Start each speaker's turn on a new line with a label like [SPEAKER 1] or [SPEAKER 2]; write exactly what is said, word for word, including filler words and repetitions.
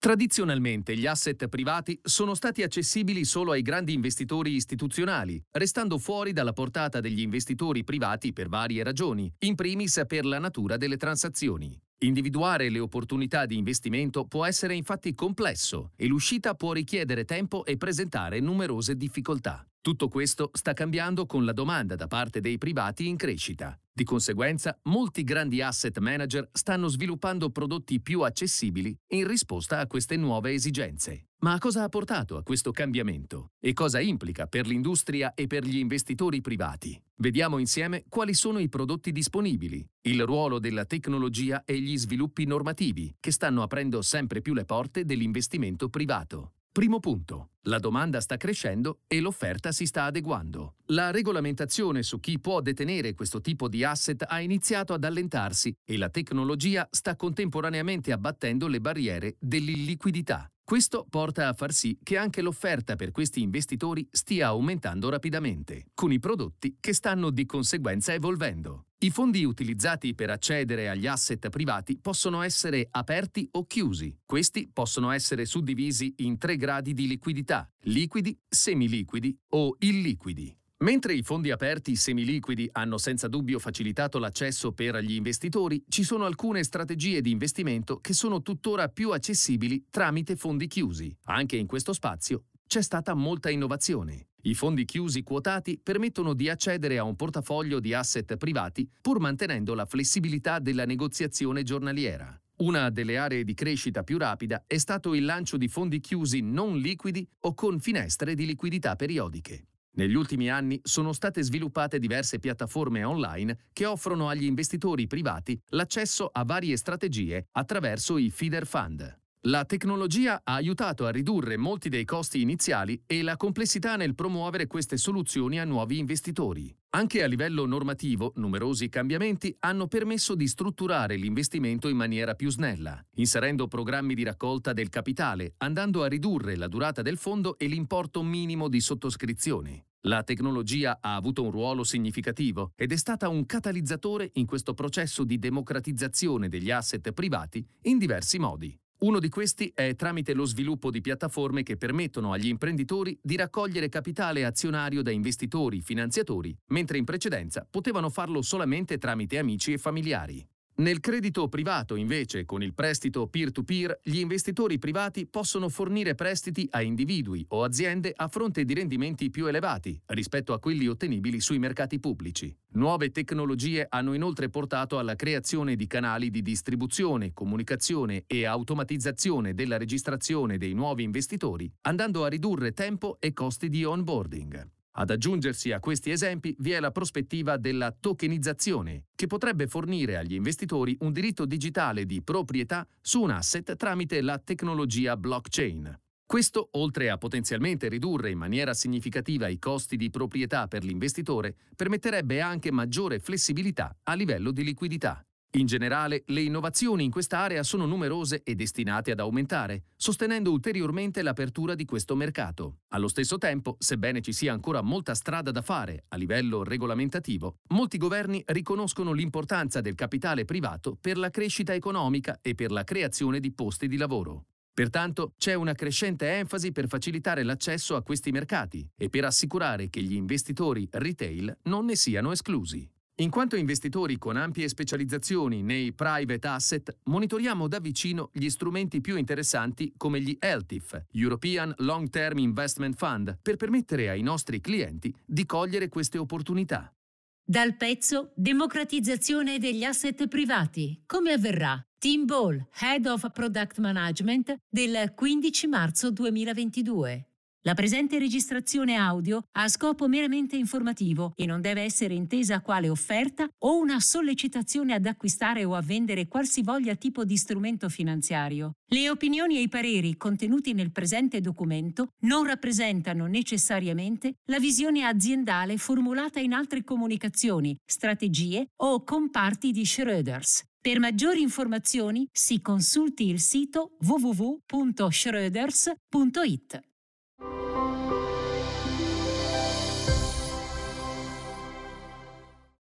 [SPEAKER 1] Tradizionalmente gli asset privati sono stati accessibili solo ai grandi investitori istituzionali, restando fuori dalla portata degli investitori privati per varie ragioni, in primis per la natura delle transazioni. Individuare le opportunità di investimento può essere infatti complesso e l'uscita può richiedere tempo e presentare numerose difficoltà. Tutto questo sta cambiando con la domanda da parte dei privati in crescita. Di conseguenza, molti grandi asset manager stanno sviluppando prodotti più accessibili in risposta a queste nuove esigenze. Ma cosa ha portato a questo cambiamento? E cosa implica per l'industria e per gli investitori privati? Vediamo insieme quali sono i prodotti disponibili, il ruolo della tecnologia e gli sviluppi normativi che stanno aprendo sempre più le porte dell'investimento privato. Primo punto. La domanda sta crescendo e l'offerta si sta adeguando. La regolamentazione su chi può detenere questo tipo di asset ha iniziato ad allentarsi e la tecnologia sta contemporaneamente abbattendo le barriere dell'illiquidità. Questo porta a far sì che anche l'offerta per questi investitori stia aumentando rapidamente, con i prodotti che stanno di conseguenza evolvendo. I fondi utilizzati per accedere agli asset privati possono essere aperti o chiusi. Questi possono essere suddivisi in tre gradi di liquidità: liquidi, semiliquidi o illiquidi. Mentre i fondi aperti semiliquidi hanno senza dubbio facilitato l'accesso per gli investitori, ci sono alcune strategie di investimento che sono tuttora più accessibili tramite fondi chiusi. Anche in questo spazio c'è stata molta innovazione. I fondi chiusi quotati permettono di accedere a un portafoglio di asset privati pur mantenendo la flessibilità della negoziazione giornaliera. Una delle aree di crescita più rapida è stato il lancio di fondi chiusi non liquidi o con finestre di liquidità periodiche. Negli ultimi anni sono state sviluppate diverse piattaforme online che offrono agli investitori privati l'accesso a varie strategie attraverso i feeder fund. La tecnologia ha aiutato a ridurre molti dei costi iniziali e la complessità nel promuovere queste soluzioni a nuovi investitori. Anche a livello normativo, numerosi cambiamenti hanno permesso di strutturare l'investimento in maniera più snella, inserendo programmi di raccolta del capitale, andando a ridurre la durata del fondo e l'importo minimo di sottoscrizione. La tecnologia ha avuto un ruolo significativo ed è stata un catalizzatore in questo processo di democratizzazione degli asset privati in diversi modi. Uno di questi è tramite lo sviluppo di piattaforme che permettono agli imprenditori di raccogliere capitale azionario da investitori finanziatori, mentre in precedenza potevano farlo solamente tramite amici e familiari. Nel credito privato, invece, con il prestito peer-to-peer, gli investitori privati possono fornire prestiti a individui o aziende a fronte di rendimenti più elevati rispetto a quelli ottenibili sui mercati pubblici. Nuove tecnologie hanno inoltre portato alla creazione di canali di distribuzione, comunicazione e automatizzazione della registrazione dei nuovi investitori, andando a ridurre tempo e costi di onboarding. Ad aggiungersi a questi esempi vi è la prospettiva della tokenizzazione, che potrebbe fornire agli investitori un diritto digitale di proprietà su un asset tramite la tecnologia blockchain. Questo, oltre a potenzialmente ridurre in maniera significativa i costi di proprietà per l'investitore, permetterebbe anche maggiore flessibilità a livello di liquidità. In generale, le innovazioni in quest'area sono numerose e destinate ad aumentare, sostenendo ulteriormente l'apertura di questo mercato. Allo stesso tempo, sebbene ci sia ancora molta strada da fare a livello regolamentativo, molti governi riconoscono l'importanza del capitale privato per la crescita economica e per la creazione di posti di lavoro. Pertanto, c'è una crescente enfasi per facilitare l'accesso a questi mercati e per assicurare che gli investitori retail non ne siano esclusi. In quanto investitori con ampie specializzazioni nei private asset, monitoriamo da vicino gli strumenti più interessanti come gli E L T I F, European Long Term Investment Fund, per permettere ai nostri clienti di cogliere queste opportunità.
[SPEAKER 2] Dal pezzo Democratizzazione degli asset privati. Come avverrà? Tim Ball, Head of Product Management, del quindici marzo duemilaventidue. La presente registrazione audio ha scopo meramente informativo e non deve essere intesa quale offerta o una sollecitazione ad acquistare o a vendere qualsivoglia tipo di strumento finanziario. Le opinioni e i pareri contenuti nel presente documento non rappresentano necessariamente la visione aziendale formulata in altre comunicazioni, strategie o comparti di Schroders. Per maggiori informazioni si consulti il sito w w w punto schroders punto it.